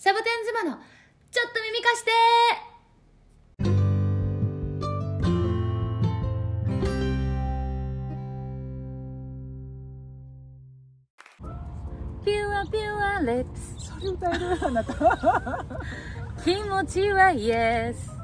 サボテン妻のちょっと耳貸してピュアピュアレップス、 それ歌えるあなた気持ちはイエス、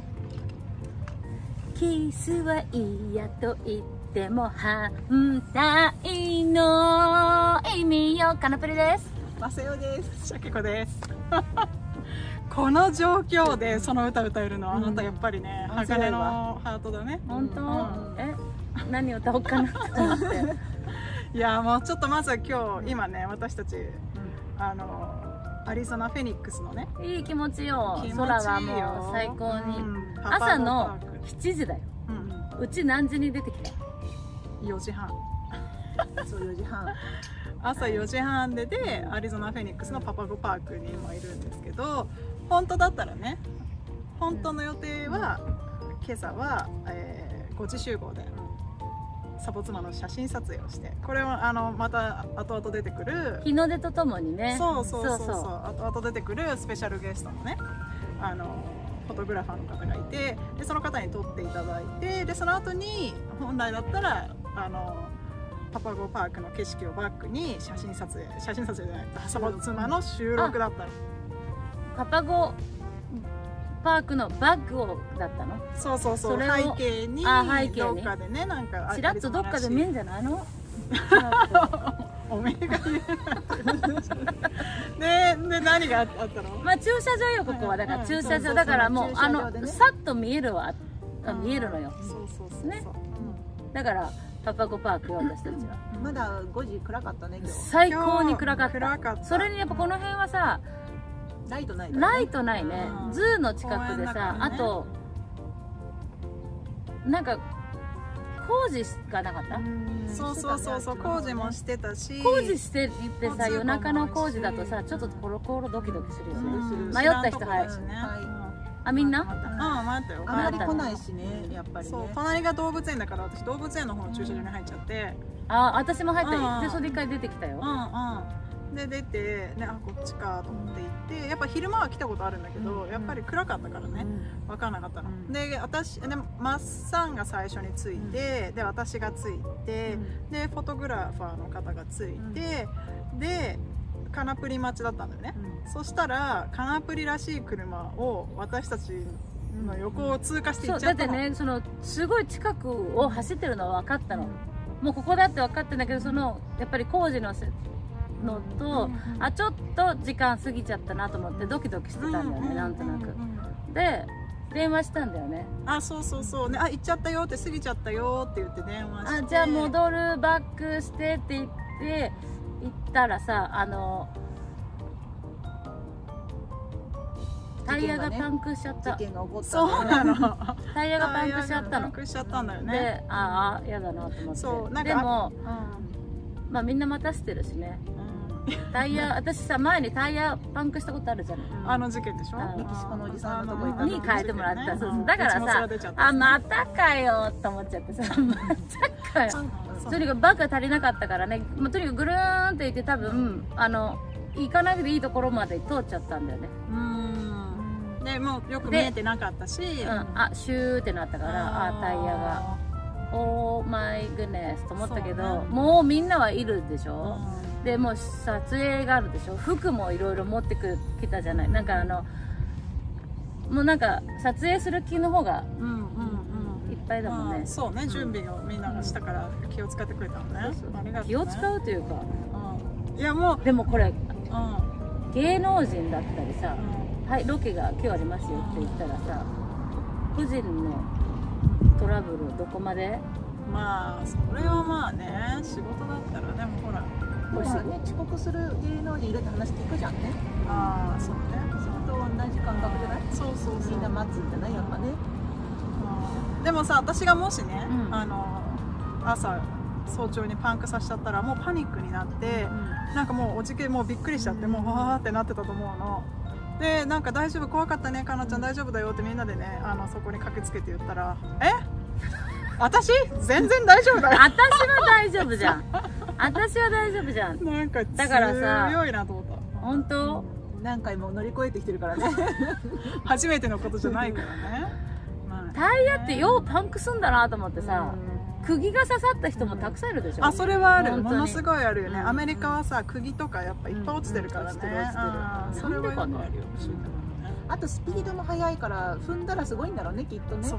キスは嫌と言っても反対の意味よ。カナプリです。 マセヨです。シャケコですこの状況でその歌歌えるのはあなたやっぱりね、鋼のハートだね。 本当、何を歌おうかなと思っていやもうちょっとまずは今ね、私たち、アリゾナフェニックスのね、 いい気持ちよ。空がもう最高に、朝の7時だよ、うち何時に出てきた ？4時半そう4時半朝4時半でアリゾナフェニックスのパパゴパークに今いるんですけど、本当だったらね、本当の予定は今朝は、5時集合でサボ妻の写真撮影をして、これはまた後々出てくる日の出とともにね、 そう後々出てくるスペシャルゲストのね、フォトグラファーの方がいて、でその方に撮っていただいて、でその後に本来だったらパパゴパークの景色をバックに写真撮影じゃない、サボ妻の収録だったの。 パパゴパークのバッグをだったの？ そうそれを背景にどっかでね、なんかちらっとどっかで見えんじゃないのおめえが言うで何があったの？ まあ駐車場よ、ここは。だから駐車場だからもうさっと見えるのよ。 そうね、だからパパゴパークよ、私たちは。 まだ5時暗かったね今日。 最高に暗かった。それにやっぱこの辺はさ、 ライトないね。ズーの近くでさ、あとなんか工事がなかった？ そう工事もしてたし、 工事してってさ、夜中の工事だとさ、ちょっとコロコロドキドキするよね。迷った人はい。あ、みんな？ 迷ったよ。 あんまり来ないしね、やっぱりね。 そう、隣が動物園だから、私動物園の方の駐車場に入っちゃって。 私も入ったで、それで一回出てきたよ。 で出てね、こっちかと思って行って、やっぱ昼間は来たことあるんだけど、やっぱり暗かったからね、分からなかったの。でマッサンが最初に着いて、で私が着いて、でフォトグラファーの方が着いて、でカナプリ待ちだったんだよね。そしたらカナプリらしい車を私たちの横を通過していっちゃったの。 だってね、すごい近くを走ってるのは分かったの。もうここだって分かってんだけど、やっぱり工事のと、ちょっと時間過ぎちゃったなと思ってドキドキしてたんだよね、なんとなく。で電話したんだよね。 そうね、行っちゃったよって、過ぎちゃったよって言って電話して、 じゃあ戻る、バックしてって言って行ったらさ、タイヤがパンクしちゃった。 そうなのタイヤがパンクしちゃったの。 パンクしちゃったんだよね。 で嫌だなと思って。でもまあみんな待たせてるしね。タイヤ、私さ、前にタイヤパンクしたことあるじゃない。 あの事件でしょ。 メキシコのおじさんのとこに変えてもらった。だからさ、またかよと思っちゃってさ、またかよ。とにかくバッグが足りなかったからね、とにかくぐるーんって言って、多分行かなくていいところまで通っちゃったんだよね。 でもうよく見えてなかったし、 シューってなったから、タイヤがオーマイグネスと思ったけど、もうみんなはいるでしょ。でもう撮影があるでしょ。服もいろいろ持ってきたじゃない。なんかもうなんか撮影する気の方がいっぱいだもんね。 そうね、準備をみんながしたから気を使ってくれたのね。 気を使うというか、 いやもうでもこれ芸能人だったりさ、はい、ロケが今日ありますよって言ったらさ、個人のトラブルどこまで？ まあそれはまあね、仕事だったら。でもほら、 遅刻する芸能人いるって話聞くじゃんね。 そうね。 それと同じ感覚じゃない？ そうみんな待つんじゃない、やっぱね。 でもさ、私がもしね、朝早朝にパンクさせちゃったらもうパニックになって、なんかもうおじけもうびっくりしちゃって、もうわーってなってたと思うので、なんか大丈夫、怖かったね、かなちゃん大丈夫だよってみんなでね、そこに駆けつけて言ったら、私全然大丈夫だよ。 私は大丈夫じゃん。私は大丈夫じゃん。 なんかだからさ、 強いなと思った。 本当？ 何回も乗り越えてきてるからね。 初めてのことじゃないからね。 タイヤってようパンクすんだなと思ってさ、釘が刺さった人もたくさんいるでしょ。 あ、それはある。 本当にものすごいあるよね。アメリカはさ、釘とかやっぱいっぱい落ちてるからね。それはよくあるよ。 あとスピードも速いから踏んだらすごいんだろうね、きっとね。 そうね。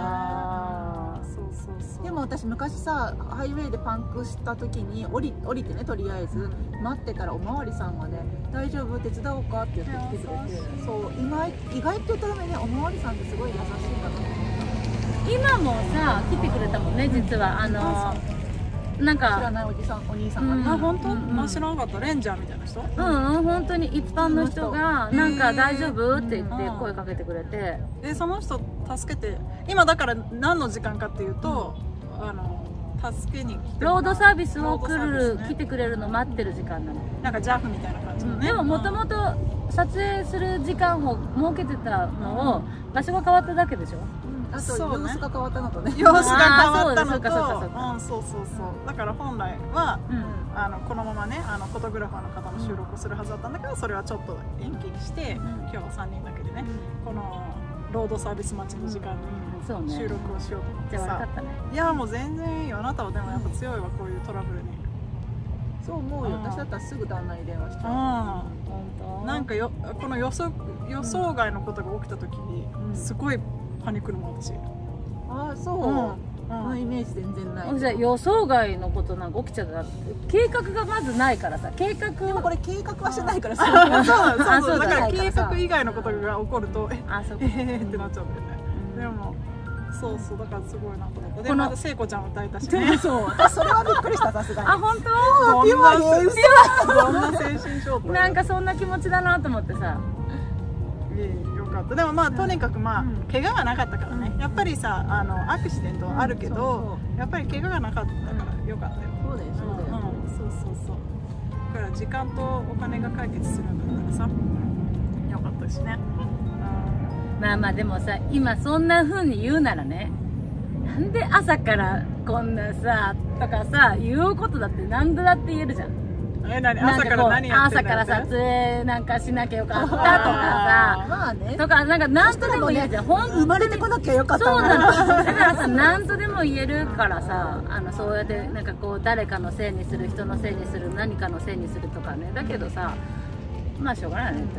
でも私昔さ、ハイウェイでパンクした時に降りてね、とりあえず待ってたらおまわりさんがね「大丈夫？手伝おうか?」って言ってきてくれて、そう意外って言ったらね、おまわりさんってすごい優しいんだなと思った。 今もさ来てくれたもんね、実は。なんか知らないおじさんお兄さんがね。 あ、本当？知らなかった。レンジャーみたいな人？ 本当に一般の人がなんか大丈夫って言って声かけてくれて、 その人助けて、今だから何の時間かっていうと、助けに来てロードサービスを来てくれるの待ってる時間なの。 なんか JAF みたいな感じのね。 でももともと撮影する時間を設けてたのを場所が変わっただけでしょ。 あと様子が変わったのとね。 様子が変わったのと、そうだから本来はこのままね、フォトグラファーの方の収録をするはずだったんだけど、それはちょっと延期にして、今日は3人だけでね、このロードサービス待ちの時間に収録をしようと思ってさ。 じゃあ悪かったね。 いやもう全然いいよ。あなたはでもやっぱ強いわ、こういうトラブルに。 そう思うよ。私だったらすぐ旦那に電話しちゃう。 なんかこの予想外のことが起きた時にすごいパニックのも私。 ああ、そう。このイメージ全然ない。 じゃあ予想外のことなんか起きちゃった。計画がまずないからさ。計画。 でもこれ計画はしてないからさ。 そうだから計画以外のことが起こるとってなっちゃうんだよね。でもそうだからすごいなと思った。でまた聖子ちゃん歌いたしね。 そう。私それはびっくりした、さすがに。 あ、本当？ どんな精神状態。 なんかそんな気持ちだなと思ってさ。 よかった。でもとにかく怪我がなかったからね。やっぱりさアクシデントはあるけど、やっぱり怪我がなかったからよかったよ。 そうだよ。 そうだから時間とお金が解決するんだったらさ、よかったしね。 まあでもさ、今そんな風に言うならね、なんで朝からこんなさとかさ言うことだって何度だって言えるじゃん。 朝から何やってんだって。 朝から撮影なんかしなきゃよかったとかさ、 まあね。 とかなんか何とでも言えるじゃん。 生まれてこなきゃよかった。 そうなの。だからさ、何とでも言えるからさ、そうやってなんかこう誰かのせいにする、人のせいにする、何かのせいにするとかね。だけどさ、まあしょうがないねって。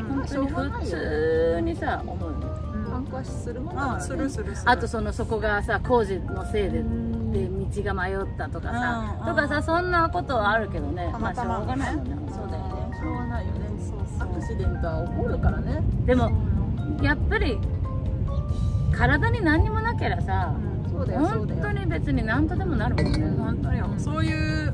本当に普通にさ思うよね。 パンクはするもんだからね。 あとそこがさ工事のせいで道が迷ったとかさ、そんなことはあるけどね。まあしょうがないよね。そうだよね。 しょうがないよね。アクシデントは起こるからね。 でもやっぱり体に何にもなければさ、本当に別に何とでもなるもんね。 本当によ。そういう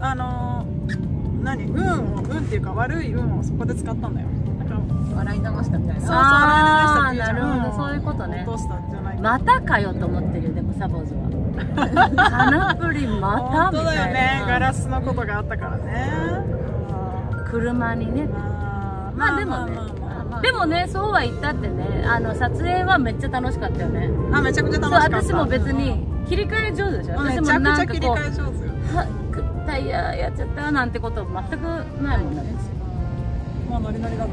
運っていうか悪い運をそこで使ったんだよ。 洗い流したみたいな。 ああ、なるほど、そういうことね。またかよと思ってるよ。でもサボーズは花プリまたみたいな。 本当だよね。ガラスのことがあったからね。 車にね。まあでもね、でもね、そうは言ったってね、撮影はめっちゃ楽しかったよね。 めちゃくちゃ楽しかった。 私も別に切り替え上手でしょ。私もなんかこうタイヤやっちゃったなんてこと全くないもんね。 もうノリノリだ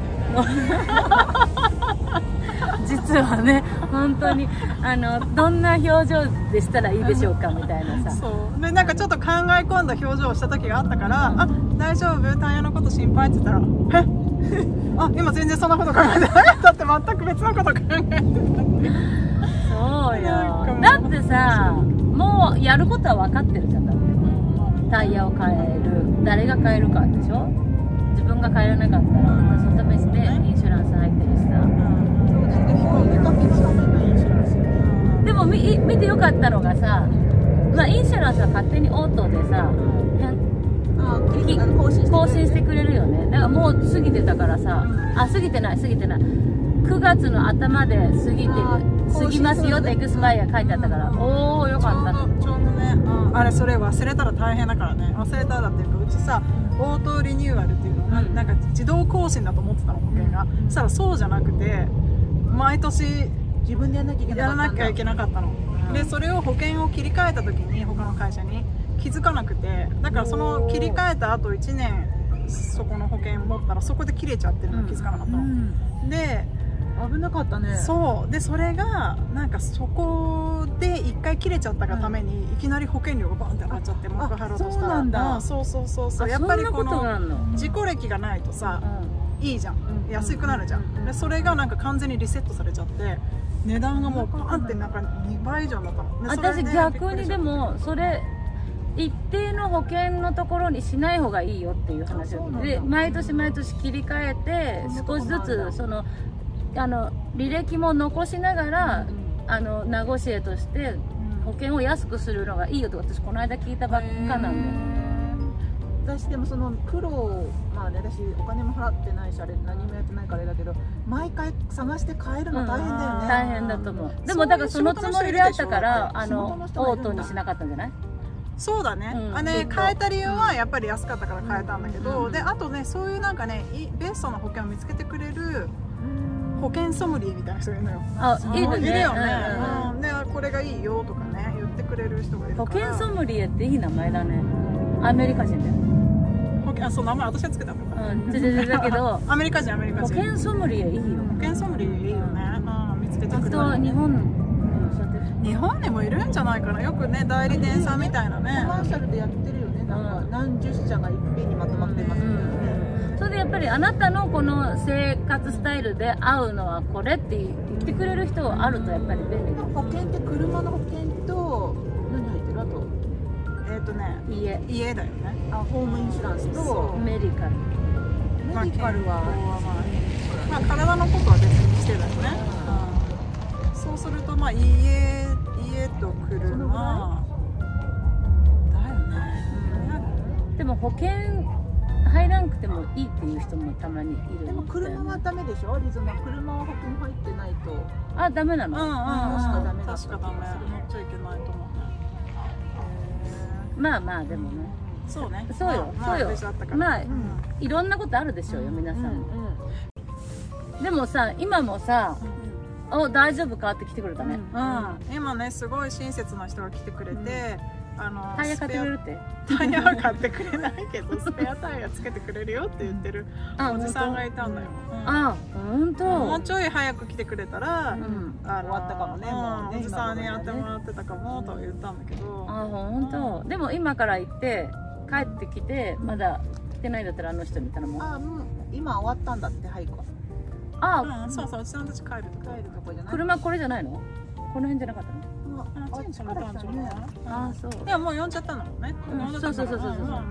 ったよね。 実はね、本当にどんな表情でしたらいいでしょうかみたいなさ。 そうでなんかちょっと考え込んだ表情をした時があったから「あ、大丈夫？タイヤのこと心配」って言ったら「えあ、今全然そんなこと考えてなかった」って全く別のこと考えてたって。 そうよ。だってさ、もうやることは分かってるじゃん。だってタイヤを変える、誰が変えるかでしょ。自分が変えられなかったらそのためにインシュランス入ってるしさ。でも見てよかったのがさ、インシュランスは勝手にオートでさ更新してくれるよね。だからもう過ぎてたからさ、過ぎてない9月の頭で過ぎますよってエクスパイア書いてあったから、おおよかった。 ちょうどね、あれそれ忘れたら大変だからね。忘れたらっていうか、うちさオートリニューアルっていうのが、なんか自動更新だと思ってたの、保険が。そしたらそうじゃなくて毎年自分でやらなきゃいけなかったの。 でそれを保険を切り替えた時に他の会社に気づかなくて、だからその切り替えた後1年そこの保険持ったらそこで切れちゃってるの気づかなかったの、で危なかったね。 そうで、それがなんかそこで一回切れちゃったがために、いきなり保険料がバンって上がっちゃって、もう一回払おうとしたら、 そうなんだ。 そうそうそうそう、やっぱりこの事故歴がないとさ、いいじゃん、安くなるじゃん、でそれがなんか完全にリセットされちゃって値段がもうバンってなんか2倍以上になったの。 私逆にでもそれ一定の保険のところにしない方がいいよっていう話をで、毎年毎年切り替えて少しずつその履歴も残しながら、名護市へとして保険を安くするのがいいよと私この間聞いたばっかなんで、 私でもその苦労、まあね、私お金も払ってないしあれ何もやってないからあれだけど、毎回探して買えるの大変だよね、 大変だと思う。でもだからそのつもりであったからオートにしなかったんじゃない？ そうだね、変えた理由はやっぱり安かったから変えたんだけど、であとね、そういうなんかねベストな保険を見つけてくれる保険ソムリエみたいな人いるのよ。 いるね。 いるよね。でこれがいいよとかね言ってくれる人がいるから。 保険ソムリエっていい名前だね。アメリカ人だよ。 そう、名前私がつけたのか。 だけどアメリカ人。 保険ソムリエいいよ。 保険ソムリエいいよね。見つけてくれる。日本にもいるんじゃないかな。よくね、代理店さんみたいなね。 コマーシャルでやってるよね。なんか何十社がいっぺんにまとまってますみたいなね。 それでやっぱりあなたのこの生活スタイルで合うのはこれって言ってくれる人があるとやっぱり便利だ。 保険って車の保険と何入ってる？あと家だよね。 ホームインシュランスとメディカル。 メディカルはまあ体のことは別にしてだよね。そうするとまあ家と車だよね。 でも保険入らなくてもいいっていう人もたまにいる。 でも車はダメでしょ？リズナ車は保険入ってないと。 ダメなの？ 確かダメだ。 確かダメ。乗っちゃいけないと思うね。 まあまあでもね。 そうね。 そうよ。まあいろんなことあるでしょうよ皆さん。でもさ今もさ。大丈夫かって来てくれたね。 今ねすごい親切な人が来てくれて、 タイヤ買ってくれるって？ タイヤは買ってくれないけどスペアタイヤつけてくれるよって言ってるおじさんがいたんだよ。 本当。 もうちょい早く来てくれたら終わったかもね。もうねおじさんにやってもらってたかもと言ったんだけど。 本当。でも今から行って帰ってきてまだ来てないんだったらあの人に頼もう。 もう今終わったんだって早く。 そうそう、うちのたち帰るとこじゃない。 車これじゃないの？この辺じゃなかったの？ あっちに止めたんじゃない？ そう。 いやもう呼んじゃったのね。 そう。 まあ来ても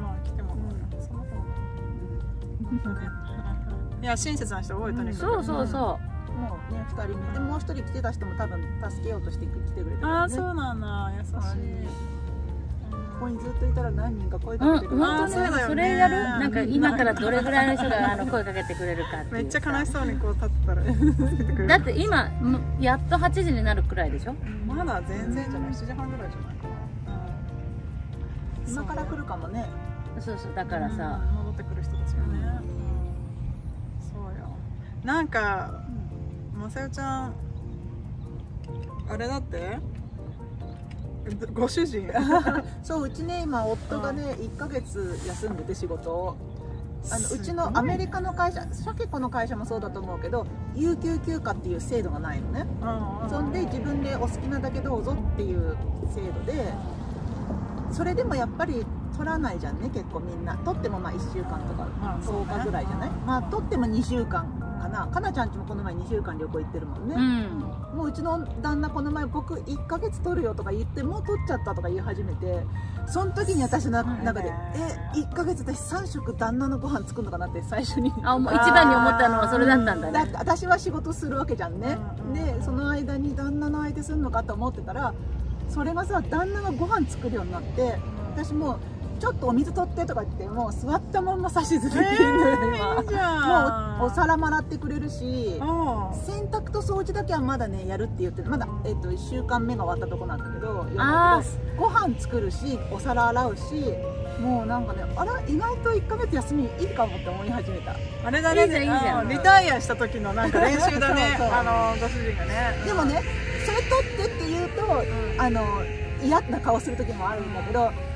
いや親切な人多いとにかく。 そう。 もうね2人目でもう1人来てた人も多分助けようとして来てくれた。 そうなんだ。優しい。 ここにずっといたら何人か声かけてくれる。 それやる？なんか今からどれぐらいの人が声かけてくれるかっていう。 めっちゃ悲しそうにこう立ってたら。 だって今やっと8時になるくらいでしょ？ まだ全然じゃない。7時半ぐらいじゃないかな。 今から来るかもね。 そうだからさ戻ってくる人たちがね。そうよ。なんかまさよちゃんあれだって？ご主人そう、うちね今夫がね1ヶ月休んでて仕事をうちのアメリカの会社、結構の会社もそうだと思うけど有給休暇っていう制度がないのね。そんで自分でお好きなだけどうぞっていう制度で、それでもやっぱり取らないじゃんね。結構みんな取ってもまあ1週間とか10日ぐらいじゃない。まあ取っても2週間かな。かなちゃんちもこの前2週間旅行行ってるもんね。もううちの旦那この前僕1ヶ月取るよとか言ってもう取っちゃったとか言い始めて、その時に私の中で1ヶ月私3食旦那のご飯作るのかなって最初にもう一番に思ったのはそれだったんだね。 だって私は仕事するわけじゃんね。でその間に旦那の相手するのかと思ってたら、それがさ旦那がご飯作るようになって、私もうちょっとお水取ってとか言ってもう座ったまんま指図できるのよ今。もうお皿もらってくれるし、洗濯と掃除だけはまだねやるって言ってまだ1週間目が終わったとこなんだけど、ご飯作るしお皿洗うし、もうなんかね意外と1ヶ月休みいいかもって思い始めた。 あれだね、リタイアした時のなんか練習だねご主人がね。 でもねそれ取ってって言うと嫌な顔する時もあるんだけど、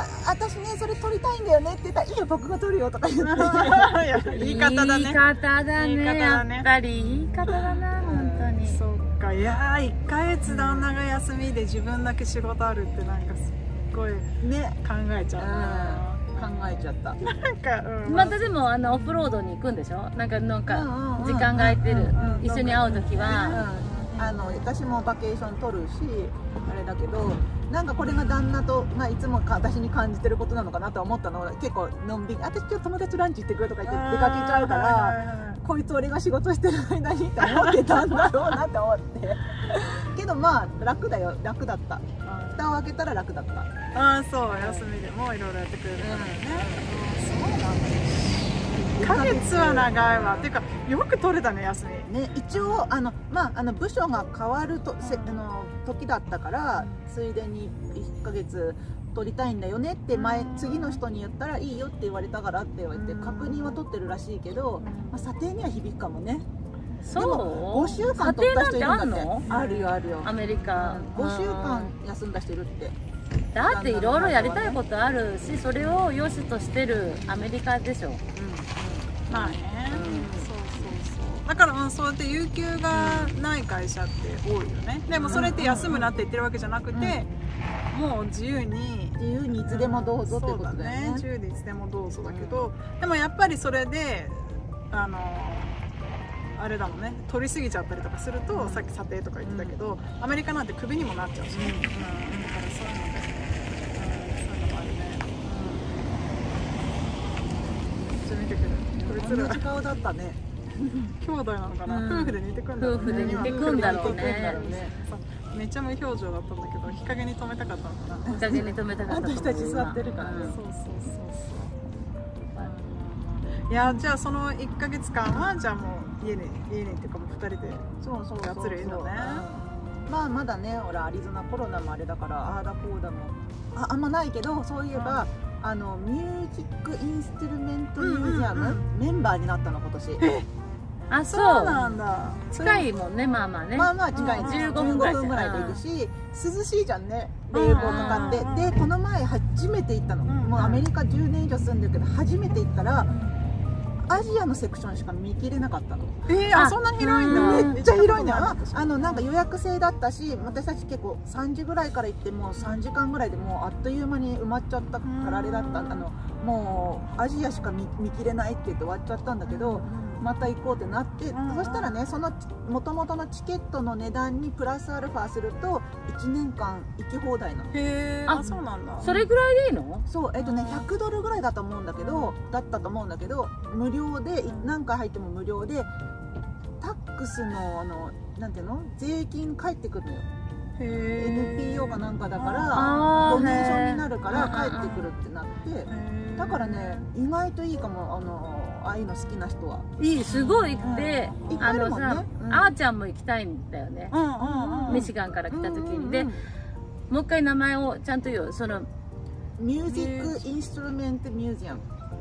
私ねそれ撮りたいんだよねって言ったらいいよ僕が撮るよとか言っていや言い方だね。 言い方だね。 言い方だねやっぱり言い方だな、本当に。 そっか。いやー、1ヶ月旦那が休みで自分だけ仕事あるってなんかすっごいね考えちゃうな。 考えちゃった。 なんか、 またでもオフロードに行くんでしょ。なんか時間が空いてる、一緒に会う時は、 私もバケーション取るしあれだけど、なんかこれが旦那と、いつも私に感じてることなのかなと思ったのは、結構のんびり私今日友達とランチ行ってくるとか言って出かけちゃうから、こいつ俺が仕事してる間にって思ってたんだろうなって思ってけどまあ楽だよ、楽だった。蓋を開けたら楽だった。 ああ、そう、休みでもいろいろやってくれるからね。そうなんだね。1ヶ月は長いわ。っていうかよく取れたね、休みね。一応部署が変わると時だったから、ついでに1ヶ月取りたいんだよねって次の人に言ったらいいよって言われたからって言われて、確認は取ってるらしいけど、査定には響くかもね。 そう 5週間取った人いるんだって。 査定なんてあんの？ あるよあるよ。 アメリカ 5週間休んだ人いるって。 だっていろいろやりたいことあるし、それを良しとしてるアメリカでしょ。 まあね、そうだから、そうやって有給がない会社って多いよね。でもそれって休むなって言ってるわけじゃなくて、もう自由にいつでもどうぞってことだよね。 自由でいつでもどうぞだけど、でもやっぱりそれであれだもんね、取りすぎちゃったりとかすると、さっき査定とか言ってたけど、アメリカなんてクビにもなっちゃうし、だからそういうので、そういうのもあるね。めっちゃ見てくる。 同じ顔だったね。 兄弟なのかな、夫婦で似てくんだろうね。 夫婦で似てくんだろうね。 めちゃ無表情だったんだけど、日陰に止めたかったのかな。 日陰に止めたかったと思う。 私たち座ってるからね。 そう。いや、じゃあその1ヶ月間はじゃあもう家にっていうかもう2人でやってるいいのね。 まだね、ほらアリゾナコロナもあれだからああだこうだもあんまないけど、そういえばミュージックインストゥルメントミュージアムメンバーになったの今年。 あ、そうなんだ。 近いもんね。まあ近い。 15分ぐらいで行くし、涼しいじゃんね、冷房かかって。でこの前初めて行ったの。もうアメリカ10年以上住んでるけど初めて行ったらアジアのセクションしか見切れなかったの。 そんな広いんだ。 めっちゃ広いんだよ。なんか予約制だったし、私たち結構3時ぐらいから行ってもう3時間ぐらいでもうあっという間に埋まっちゃったからあれだった。もうアジアしか見切れないって言って終わっちゃったんだけど、また行こうってなって、そしたらね、その元々のチケットの値段にプラスアルファすると1年間行き放題なの。 へー、そうなんだ。 それぐらいでいいの？ そう、100ドルぐらいだったと思うんだけど、無料で何回入っても無料で、タックスのなんていうの、税金返ってくるのよ。NPO かなんかだからドネーションになるから返ってくるってなって、だからね意外といいかも。ああいうの好きな人はいい、すごい。でさ、あーちゃんも行きたいんだよね、ミシガンから来た時に。でもう一回名前をちゃんと言う。そのミュージックインストゥルメントミュージアム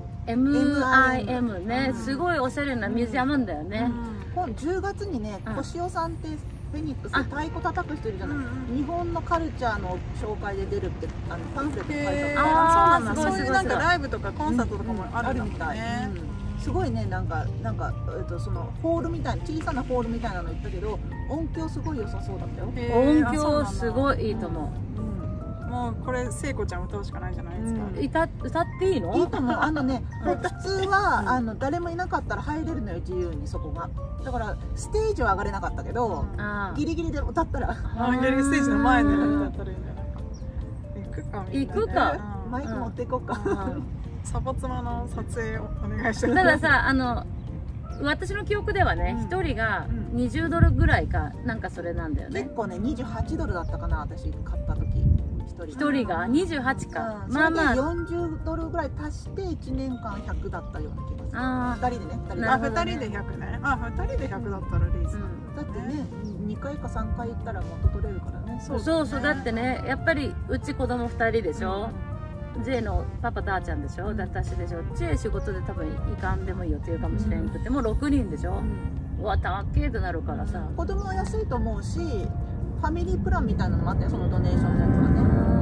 MIM ね、すごいおしゃれなミュージアムなんだよね。 10月にね、小塩さんってフェニックスで太鼓叩く人いるじゃない。日本のカルチャーの紹介で出るってパンフレット書いてある。 そういうなんかライブとかコンサートとかもあるみたいね。 すごいね、なんかそのホールみたいな、小さなホールみたいなの行ったけど、音響すごい良さそうだったよ。 音響すごいいいと思う。 もうこれ聖子ちゃん歌うしかないじゃないですか。 歌っていいの？ いいと思う。普通は誰もいなかったら入れるのよ、自由にそこが。だからステージは上がれなかったけど、ギリギリで歌ったら、 ギリギリステージの前で歌ったらいいんじゃないか。 行くか。 マイク持っていこうか。 サボ妻の撮影をお願いして。 たださ、私の記憶ではね、1人が20ドルぐらいかなんかそれなんだよね。 結構ね、28ドルだったかな、私買った時。 1人が28か。 まあまあ40ドルぐらい足して1年間100だったような気がする。2人でね。 2人で100ね。2人で100だったらリーズだってね、2回か3回行ったら元取れるからね。 そうだってね、やっぱりうち子供2人でしょ。J のパパとあーちゃんでしょ、私でしょ。J 仕事で多分行かんでもいいよって言うかもしれんくて、もう6人でしょ。うわ、たっけーとなるからさ。 子供は安いと思うし、ファミリープランみたいなのもあったよ、そのドネーションのやつはね。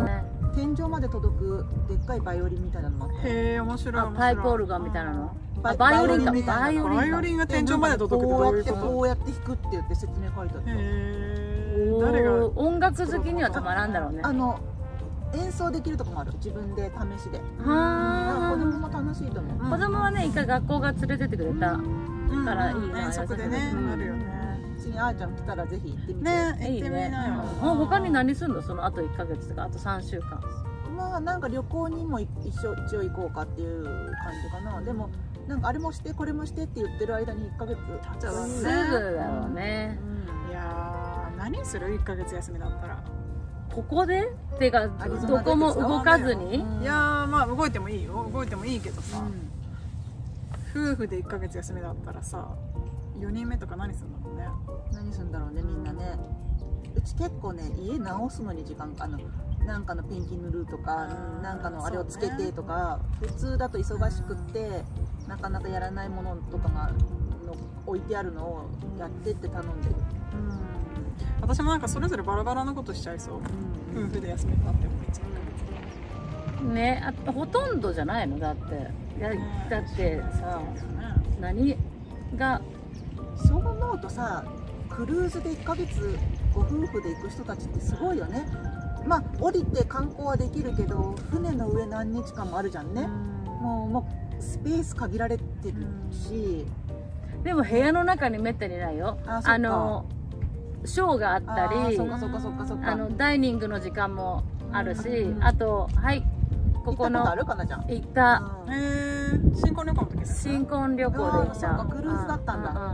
天井まで届くでっかいバイオリンみたいなのもあって、 へえ面白い面白い。 パイプオルガンみたいなの。 バイバイオリンか。 みたいなバイオリンが天井まで届くってどういうこと？ こうやって弾くって言って説明書いてあった。 へえ誰が音楽好きにはたまらんだろうね。 演奏できるとこもある、自分で試しで。 は子供も楽しいと思う。 子供はね一回学校が連れてってくれたからいいな。 遠足でねあるよね。 次あーちゃん来たらぜひ行ってみて。 ね行ってみなよ。 他に何すんの？そのあと1ヶ月とかあと3週間。 まあなんか旅行にも一応行こうかっていう感じかな。でもなんかあれもしてこれもしてって言ってる間に1ヶ月経っちゃう。 すぐだろうね。 いや何する1ヶ月休みだったら。 ここでてかどこも動かずに。 いやまあ動いてもいいよ。動いてもいいけどさ、夫婦で1ヶ月休みだったらさ4人目とか何するんだろうね。 何するんだろうねみんなね。うち結構ね家直すのに時間かなんかのペンキ塗るとかなんかのあれをつけてとか、普通だと忙しくってなかなかやらないものとかが置いてあるのをやってって頼んでる。 私もなんかそれぞれバラバラのことしちゃいそう。夫婦で休みだって思っちゃうね。ほとんどじゃないのだって。だってさ何がそう思うとさ、クルーズで1ヶ月ご夫婦で行く人たちってすごいよね。まあ降りて観光はできるけど船の上何日間もあるじゃんね。もうスペース限られてるし、 でも部屋の中にめったにないよ。ショーがあったり、ダイニングの時間もあるし、あとはいここの行った新婚旅行の時新婚旅行で行った。 クルーズだったんだ。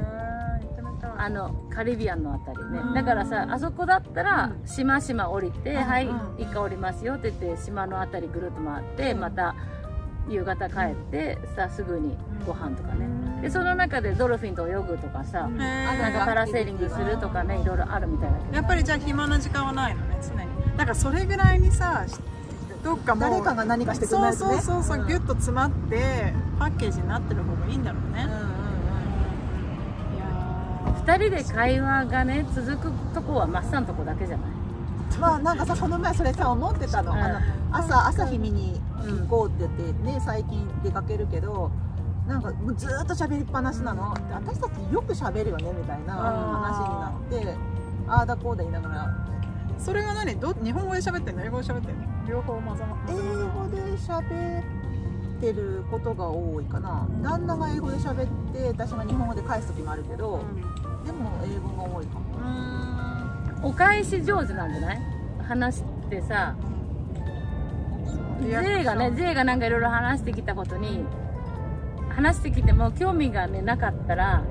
カリビアンのあたりね。だからさあそこだったら島々降りてはい一回降りますよって言って島のあたりぐるっと回ってまた夕方帰ってさすぐにご飯とかね。でその中でドルフィンと泳ぐとかさ、なんかパラセーリングするとかねいろいろあるみたいだけど。 やっぱりじゃあ暇な時間はないのね常に。なんかそれぐらいにさどっかもう誰かが何かしてくれないとね。 そうギュッと詰まってパッケージになってる方がいいんだろうね。 2人で会話がね続くとこはマッサンとこだけじゃない。 まあなんかさこの前それさ思ってたの。朝日見に行こうって言ってね最近出かけるけど。なんかもうずーっと喋りっぱなしなの。私たちよく喋るよねみたいな話になって、ああだこうだ言いながら。 それが何？日本語で喋ってんの？英語で喋ってんの？両方混ざま英語で喋ってることが多いかな。旦那が英語で喋って私が日本語で返す時もあるけど、でも英語が多いかも。 お返し上手なんじゃない？話してさ、J がなんかいろいろ話してきたことに話してきても興味がねなかったら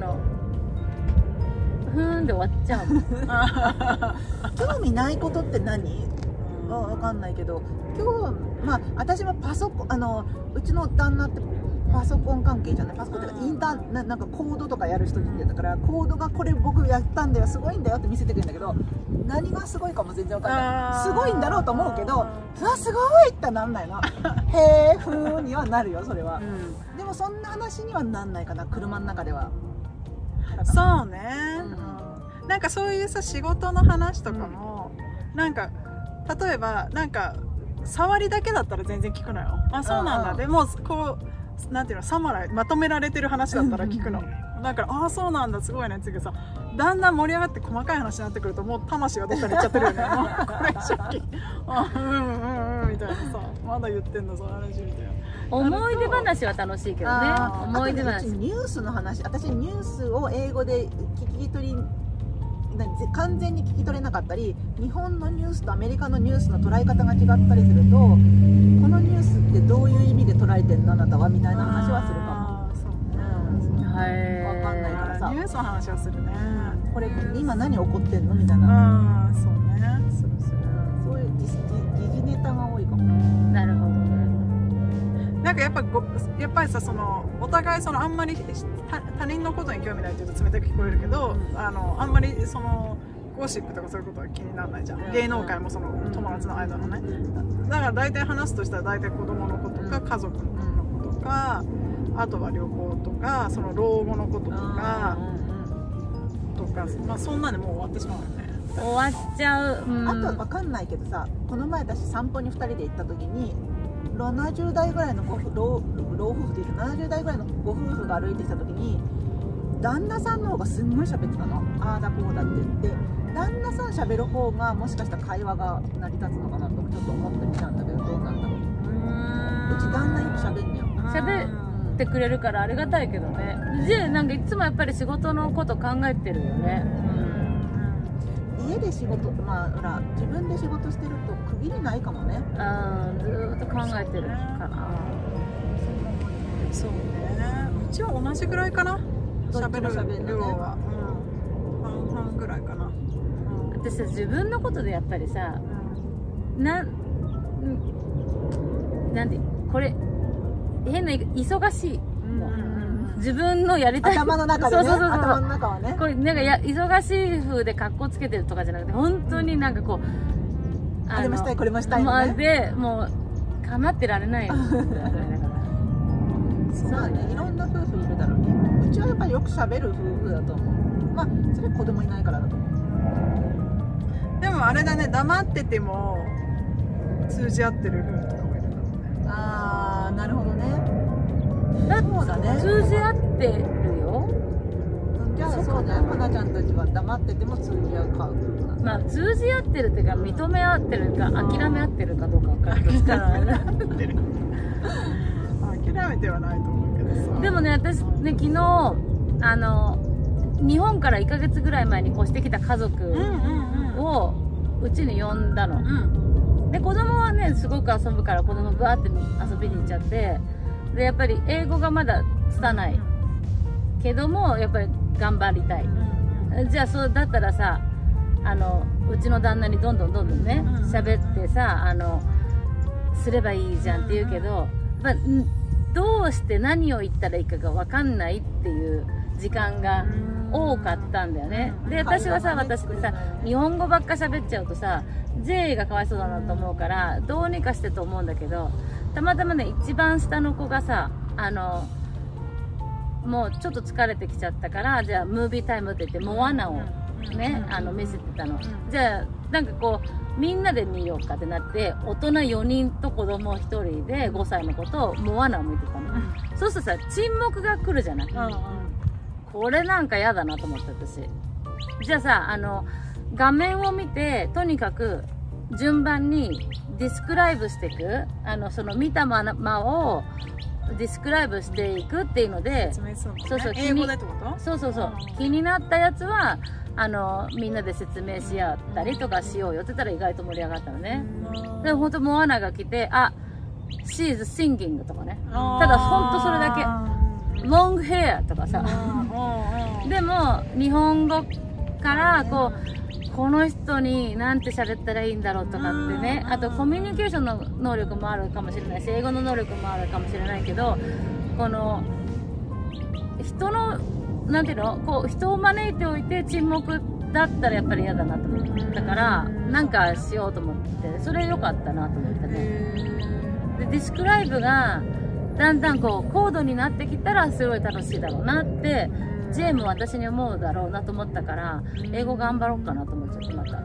ふーんで終わっちゃう。 興味ないことって何？わかんないけどまあ私もパソコンうちの旦那ってパソコン関係じゃない、パソコンっていうかなんかコードとかやる人だからコードがこれ僕やったんだよすごいんだよって見せてくるんだけど何がすごいかも全然わかんない。すごいんだろうと思うけどすごいってなんないの。へーふーにはなるよそれは、でもそんな話にはなんないかな車の中では。 そうね、なんかそういうさ仕事の話とかも、なんか例えばなんか触りだけだったら全然聞くのよ。あそうなんだ。でもこうなんていうのサマライまとめられてる話だったら聞くの。だからあそうなんだすごいねって言うけどさ、だんだん盛り上がって細かい話になってくるともう魂がどっかに行っちゃってるよね。もうこれ正直みたいなさ、まだ言ってんだその話みたいな。 思い出話は楽しいけどね。思い出話。 ニュースの話、私ニュースを英語で聞き取り完全に聞き取れなかったり、日本のニュースとアメリカのニュースの捉え方が違ったりすると、このニュースってどういう意味で捉えてるのあなたはみたいな話はするかも。分かんないからさ。 ニュースの話はするね。 これ今何起こってんのみたいな。 そうね。 そういう時事ネタが多いかも。 なるほどね。 なんかやっぱりさお互いあんまり他人のことに興味ないって言うと冷たく聞こえるけど、あんまりゴシップとかそういうことは気にならないじゃん。芸能界も友達の間のね。だから大体話すとしたら大体子供のことか家族のことか、あとは旅行とか老後のこととかまあそんなでもう終わってしまうよね。 た。 終わっちゃう、うん、 あとわかんないけどさ、この前私散歩に2人で行った時に70代ぐらいの老夫婦でいる70代ぐらいのご夫婦が歩いてきた時に旦那さんの方がすんごい喋ってたの。ああだこうだって言って、旦那さん喋る方がもしかしたら会話が成り立つのかなとちょっと思ってみたんだけど、どうなんだろう。うち旦那よく喋んのよ。 喋ってくれるからありがたいけどね。でなんかいつもやっぱり仕事のこと考えてるよね、 家で仕事、まあほら自分で仕事してると区切りないかもね。 ずーっと考えてるかな。 そうね、うちは同じぐらいかな、喋る量は、半々ぐらいかな。 私さ自分のことでやっぱりさ、なんでこれ変な忙しいの、自分のやりたい頭の中でね、 そう頭の中はね、 これなんか忙しい風で格好つけてるとかじゃなくて、本当になんかこうあれもしたいこれもしたいのね、 でもう構ってられないのそうだね、いろんな夫婦いるだろうね。うちはやっぱりよく喋る夫婦だと思う。まあそれは子供いないからだと思う。 でもあれだね、黙ってても通じ合ってる夫婦とかもいるんだろうね。 ああなるほどね。 そうだね、通じ合ってるよ。 じゃあそうだよ、かなちゃんたちは黙ってても通じ合う夫婦なんだ。 まあ通じ合ってるっていうか認め合ってるか諦め合ってるかどうか分からない諦めてはないと思うけどさ。 でもね、私ね昨日日本から1ヶ月ぐらい前に越してきた家族をうちに呼んだの、で子供はねすごく遊ぶから子供ブワーって遊びに行っちゃって、でやっぱり英語がまだ拙いけどもやっぱり頑張りたい、じゃあそうだったらさうちの旦那にどんどんね喋ってさすればいいじゃんって言うけど、やっぱどうして何を言ったらいいかが分かんないっていう時間が多かったんだよね。で私はさ、私ってさ日本語ばっか喋っちゃうとさ J がかわいそうだなと思うからどうにかしてと思うんだけど、たまたまね一番下の子がさもうちょっと疲れてきちゃったから、じゃあムービータイムって言ってモアナをね見せてたの。じゃあなんかこうみんなで見ようかってなって大人4人と子供1人で5歳の子とモアナを見てたの、そうするとさ沈黙が来るじゃない、これなんか嫌だなと思って私。じゃあさ画面を見てとにかく順番にディスクライブしていく、その見たままをディスクライブしていくっていうので、 そうそう、英語でってこと？ そう気になったやつはみんなで説明し合ったりとかしようよって言ったら意外と盛り上がったのね。で本当モアナが来てShe is singing とかね、ただ本当それだけLong hair とかさでも日本語からこの人になんて喋ったらいいんだろうとかってね、あとコミュニケーションの能力もあるかもしれないし英語の能力もあるかもしれないけど、この人のなんていうのこう人を招いておいて沈黙だったらやっぱり嫌だなと思ったからなんかしようと思って、それ良かったなと思ってね。でディスクライブがだんだんこう高度になってきたらすごい楽しいだろうなってジェーム私に思うだろうなと思ったから英語頑張ろうかなと思っちゃってまた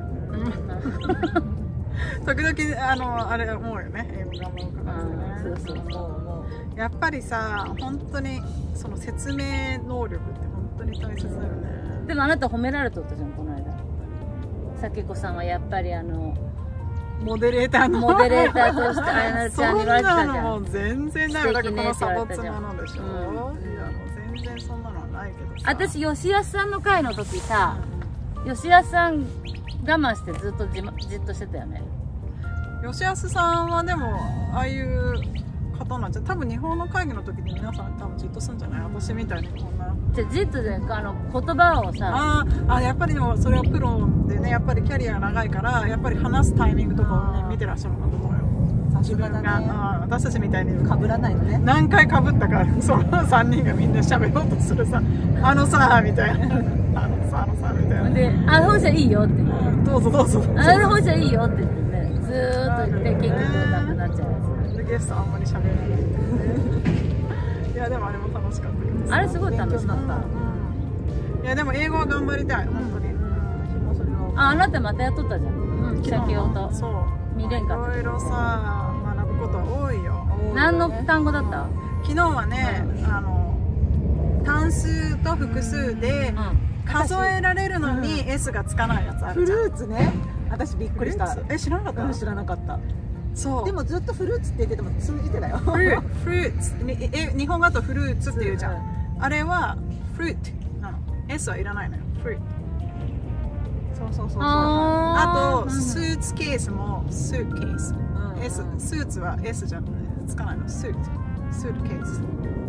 時々あれ思うよね、英語頑張ろうかなってね。そうやっぱりさ本当にその説明能力って本当に大切だよね。 でもあなた褒められとったじゃんこの間。さきこさんはやっぱりモデレーターとしてあやなちゃんに言われてたじゃん。 そんなのもう全然ないよ。だからこのサボ妻なんでしょ、いやもう全然そんなのはないけどさ。 私吉安さんの回の時さ、吉安さん我慢してずっとじっとしてたよね。 吉安さんはでもああいう方なんじゃ、多分日本の会議の時に皆さん多分じっとするんじゃない？私みたいにこんなじっとで言葉をさやっぱりでもそれはプロでね、やっぱりキャリアが長いからやっぱり話すタイミングとかを、ね、見てらっしゃるんだと思うよ。自分が私たちみたいに被らないのね。 何回被ったかその3人がみんな喋ろうとするささみたいなさみたいなで本社いいよってどうぞ本社いいよって言ってね、ずーっと言って結局なくなっちゃうやつでゲストあんまり喋らないいやでもあれも楽しかったけどあれすごい楽しかった。 いやでも英語は頑張りたい本当に。 私もそれは思あなたまたやっとったじゃん、鮭音そう見れんかった。 いろいろさ学ぶことは多いよ。 何の単語だった？ 昨日はね、単数と複数で数えられるのに S がつかないやつあフるじゃん。 ルーツね、私びっくりした。 知らなかった？ 知らなかった。 そうでもずっとフルーツって言ってても通じてたよ。 フルーツ日本語だとフルーツって言うじゃん。あれはフルーツなの。 S はいらないのよ。フルーツ。そうあとスーツケースもスーツケース、スーツは S じゃつかないの。スーツケース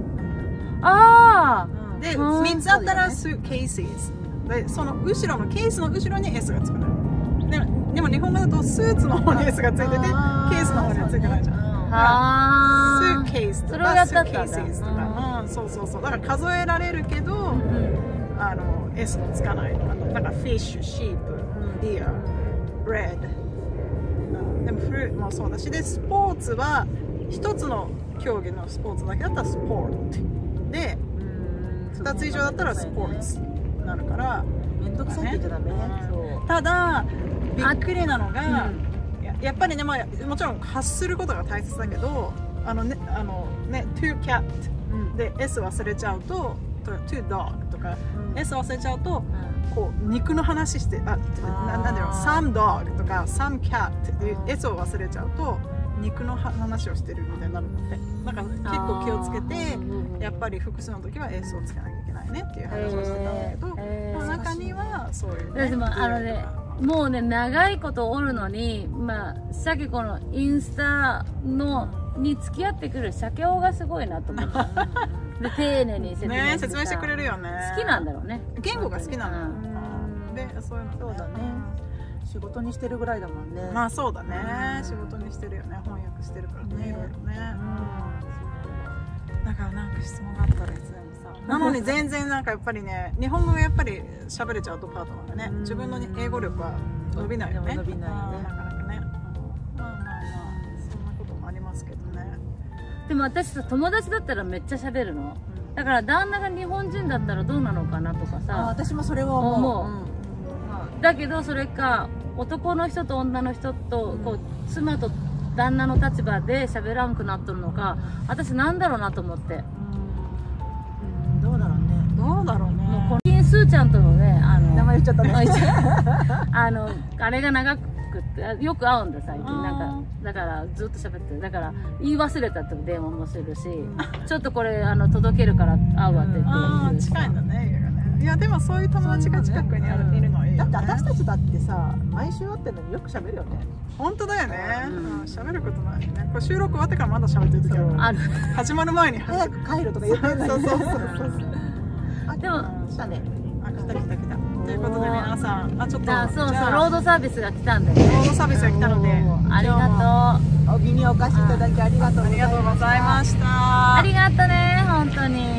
ああで、3つあったらスーツケースで、その後ろのケースの後ろに S がつくのよ。でも日本語だとスーツの方に S がついててケースの方にはついてないじゃん。スーツケースとかスーツケースとか、そうだから数えられるけど、S のつかないとか、だからフィッシュ、シープ、ディア、ブレッド、でもフルーツもそうだし、でスポーツは一つの競技のスポーツだけだったらスポーツで、2つ以上だったらスポーツになるから、 めんどくさいって言っちゃダメ。 ただびっくりなのが、やっぱりね、もちろん発することが大切だけど、to cat で S 忘れちゃうと、to dog とか S 忘れちゃうと、こう肉の話して、なんだろう、some dog とか some cat っていう S を忘れちゃうと肉の話をしてるみたいになるので、だから結構気をつけて、やっぱり複数の時は S をつけなきゃいけないねっていう話をしてたんだけど、中にはそういうね、 でももうね長いことおるのに、鮭このインスタのに付き合ってくる鮭男がすごいなと思ったで丁寧に説明してくれるよね。 好きなんだろうね、 言語が好きなの。でそういうのそうだね、仕事にしてるぐらいだもんね。 まあそうだね、仕事にしてるよね、翻訳してるからね、いろいろね。だからなんか質問があったらいつでもさ。なのに全然なんかやっぱりね、日本語がやっぱり喋れちゃうとパートナーがね、自分の英語力は伸びないよね。 伸びないよね。 なかなかね。そんなこともありますけどね。 でも私さ、友達だったらめっちゃ喋るの。だから旦那が日本人だったらどうなのかなとかさ。 私もそれは思う。 だけどそれか男の人と女の人とこう妻と旦那の立場で喋らんくなっとるのか、私なんだろうなと思って。 どうだろうね。 どうだろうね。 もうコリンスーちゃんとのね、 名前言っちゃったね。 あれが長くってよく会うんだ最近。なんかだからずっと喋ってる。だから言い忘れたって電話もするし、ちょっとこれ届けるから会うわって言って。 近いんだね。いやでもそういう友達が近くにいるのはいいよね。 だって私たちだってさ、毎週会ってるのによく喋るよね。 本当だよね。喋ることないよね。これ収録終わってからまだ喋ってる時ある。始まる前に早く帰るとか言ってるのに。そう。 でも来たね。 来た。ということで皆さん、ちょっとそうロードサービスが来たんでね。 ロードサービスが来たので、 ありがとう。 お気にお貸しいただきありがとうございました。 ありがとうね、本当に。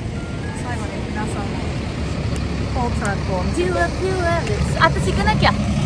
最後に皆さんのコンサートを私行かなきゃ。